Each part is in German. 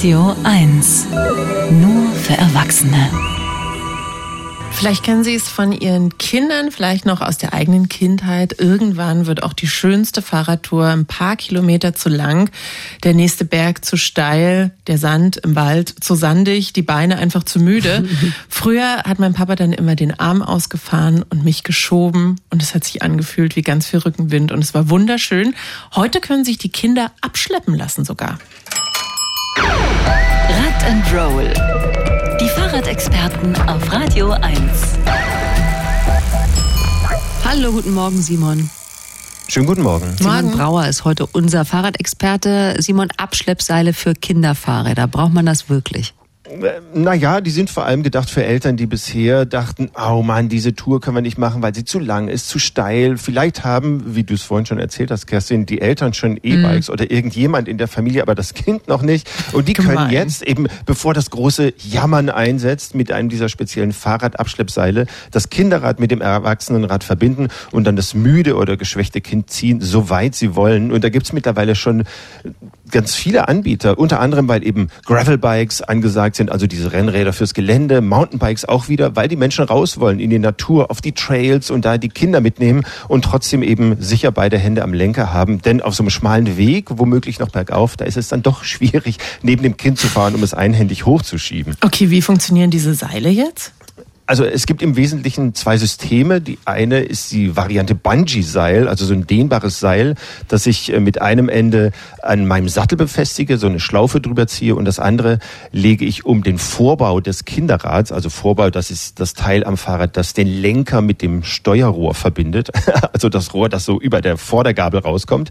Radio 1. Nur für Erwachsene. Vielleicht kennen Sie es von Ihren Kindern, vielleicht noch aus der eigenen Kindheit. Irgendwann wird auch die schönste Fahrradtour ein paar Kilometer zu lang, der nächste Berg zu steil, der Sand im Wald zu sandig, die Beine einfach zu müde. Früher hat mein Papa dann immer den Arm ausgefahren und mich geschoben und es hat sich angefühlt wie ganz viel Rückenwind und es war wunderschön. Heute können sich die Kinder abschleppen lassen sogar. Rad and Roll. Die Fahrradexperten auf Radio 1. Hallo, guten Morgen, Simon. Schönen guten Morgen. Simon Brauer ist heute unser Fahrradexperte. Simon, Abschleppseile für Kinderfahrräder. Braucht man das wirklich? Naja, die sind vor allem gedacht für Eltern, die bisher dachten, oh Mann, diese Tour können wir nicht machen, weil sie zu lang ist, zu steil. Vielleicht haben, wie du es vorhin schon erzählt hast, Kerstin, die Eltern schon E-Bikes oder irgendjemand in der Familie, aber das Kind noch nicht. Und die können jetzt eben, bevor das große Jammern einsetzt, mit einem dieser speziellen Fahrradabschleppseile das Kinderrad mit dem Erwachsenenrad verbinden und dann das müde oder geschwächte Kind ziehen, soweit sie wollen. Und da gibt's mittlerweile schon ganz viele Anbieter, unter anderem, weil eben Gravelbikes angesagt sind, also diese Rennräder fürs Gelände, Mountainbikes auch wieder, weil die Menschen raus wollen in die Natur, auf die Trails und da die Kinder mitnehmen und trotzdem eben sicher beide Hände am Lenker haben. Denn auf so einem schmalen Weg, womöglich noch bergauf, da ist es dann doch schwierig, neben dem Kind zu fahren, um es einhändig hochzuschieben. Okay, wie funktionieren diese Seile jetzt? Also es gibt im Wesentlichen zwei Systeme. Die eine ist die Variante Bungee-Seil, also so ein dehnbares Seil, das ich mit einem Ende an meinem Sattel befestige, so eine Schlaufe drüber ziehe, und das andere lege ich um den Vorbau des Kinderrads. Also Vorbau, das ist das Teil am Fahrrad, das den Lenker mit dem Steuerrohr verbindet. Also das Rohr, das so über der Vordergabel rauskommt.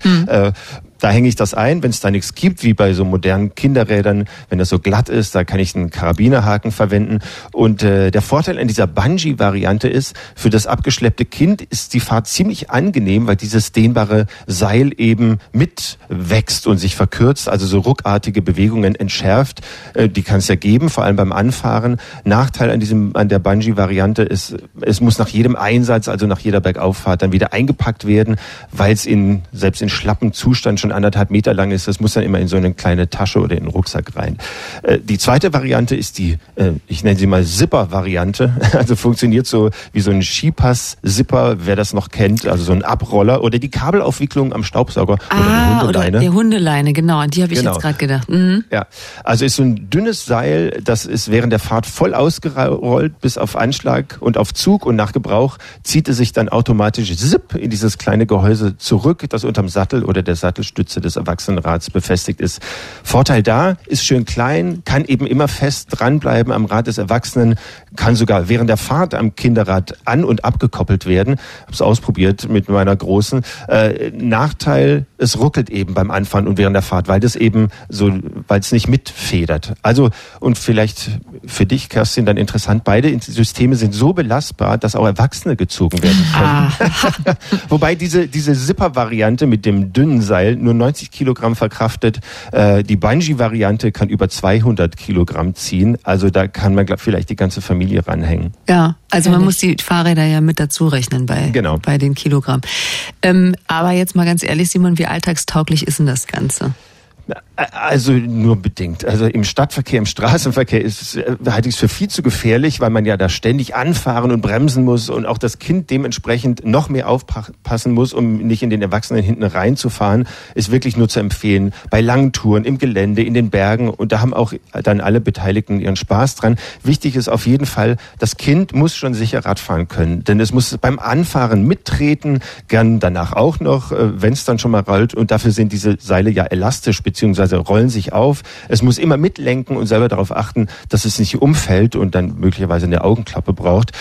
Da hänge ich das ein, wenn es da nichts gibt, wie bei so modernen Kinderrädern, wenn das so glatt ist, da kann ich einen Karabinerhaken verwenden. Und der Vorteil an dieser Bungee-Variante ist, für das abgeschleppte Kind ist die Fahrt ziemlich angenehm, weil dieses dehnbare Seil eben mitwächst und sich verkürzt, also so ruckartige Bewegungen entschärft. Die kann es ja geben, vor allem beim Anfahren. Nachteil an der Bungee-Variante ist, es muss nach jedem Einsatz, also nach jeder Bergauffahrt, dann wieder eingepackt werden, weil es selbst in schlappem Zustand schon 1,5 Meter lang ist. Das muss dann immer in so eine kleine Tasche oder in den Rucksack rein. Die zweite Variante ist die, ich nenne sie mal Zipper-Variante. Also funktioniert so wie so ein Skipass-Zipper, wer das noch kennt, also so ein Abroller oder die Kabelaufwicklung am Staubsauger oder eine Hundeleine. Oder die Hundeleine, genau, an die habe ich jetzt gerade gedacht. Mhm. Ja, also ist so ein dünnes Seil, das ist während der Fahrt voll ausgerollt bis auf Anschlag und auf Zug, und nach Gebrauch zieht es sich dann automatisch zipp in dieses kleine Gehäuse zurück, das unterm Sattel oder der Sattelstütze des Erwachsenenrads befestigt ist. Vorteil da, ist schön klein, kann eben immer fest dranbleiben am Rad des Erwachsenen, kann sogar während der Fahrt am Kinderrad an- und abgekoppelt werden. Habe es ausprobiert mit meiner Großen. Nachteil, es ruckelt eben beim Anfahren und während der Fahrt, weil es nicht mitfedert. Also, und vielleicht für dich, Kerstin, dann interessant, beide Systeme sind so belastbar, dass auch Erwachsene gezogen werden können. Wobei diese Zipper-Variante mit dem dünnen Seil nur 90 Kilogramm verkraftet. Die Bungee-Variante kann über 200 Kilogramm ziehen. Also da kann man vielleicht die ganze Familie ranhängen. Ja, also man muss die Fahrräder ja mit dazu rechnen bei den Kilogramm. Aber jetzt mal ganz ehrlich, Simon, wie alltagstauglich ist denn das Ganze? Also nur bedingt. Also im Stadtverkehr, im Straßenverkehr halte ich es für viel zu gefährlich, weil man ja da ständig anfahren und bremsen muss und auch das Kind dementsprechend noch mehr aufpassen muss, um nicht in den Erwachsenen hinten reinzufahren. Ist wirklich nur zu empfehlen bei langen Touren, im Gelände, in den Bergen, und da haben auch dann alle Beteiligten ihren Spaß dran. Wichtig ist auf jeden Fall, das Kind muss schon sicher Rad fahren können, denn es muss beim Anfahren mittreten, gern danach auch noch, wenn es dann schon mal rollt, und dafür sind diese Seile ja elastisch beziehungsweise rollen sich auf. Es muss immer mitlenken und selber darauf achten, dass es nicht umfällt und dann möglicherweise eine Augenklappe braucht.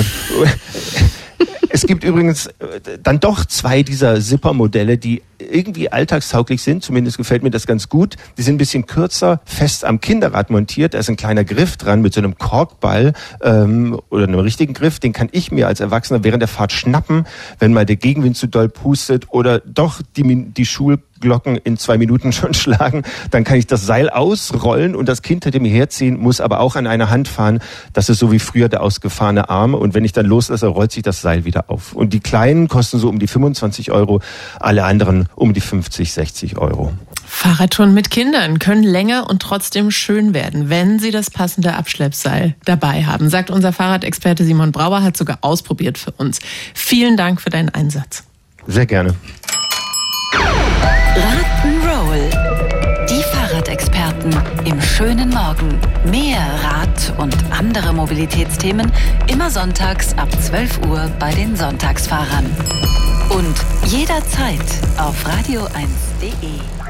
Es gibt übrigens dann doch 2 dieser Zipper-Modelle, die irgendwie alltagstauglich sind. Zumindest gefällt mir das ganz gut. Die sind ein bisschen kürzer, fest am Kinderrad montiert. Da ist ein kleiner Griff dran mit so einem Korkball oder einem richtigen Griff. Den kann ich mir als Erwachsener während der Fahrt schnappen, wenn mal der Gegenwind zu doll pustet oder doch die Schulglocken in 2 Minuten schon schlagen. Dann kann ich das Seil ausrollen und das Kind hinter mir herziehen, muss aber auch an einer Hand fahren. Das ist so wie früher der ausgefahrene Arm. Und wenn ich dann loslasse, rollt sich das Seil wieder auf. Und die kleinen kosten so um die 25 €, alle anderen um die 50, 60 €. Fahrradtouren mit Kindern können länger und trotzdem schön werden, wenn sie das passende Abschleppseil dabei haben, sagt unser Fahrradexperte Simon Brauer, hat sogar ausprobiert für uns. Vielen Dank für deinen Einsatz. Sehr gerne. Rock'n'Roll. Die Fahrradexperten im schönen Morgen. Mehr Rad- und andere Mobilitätsthemen immer sonntags ab 12 Uhr bei den Sonntagsfahrern. Und jederzeit auf radio1.de.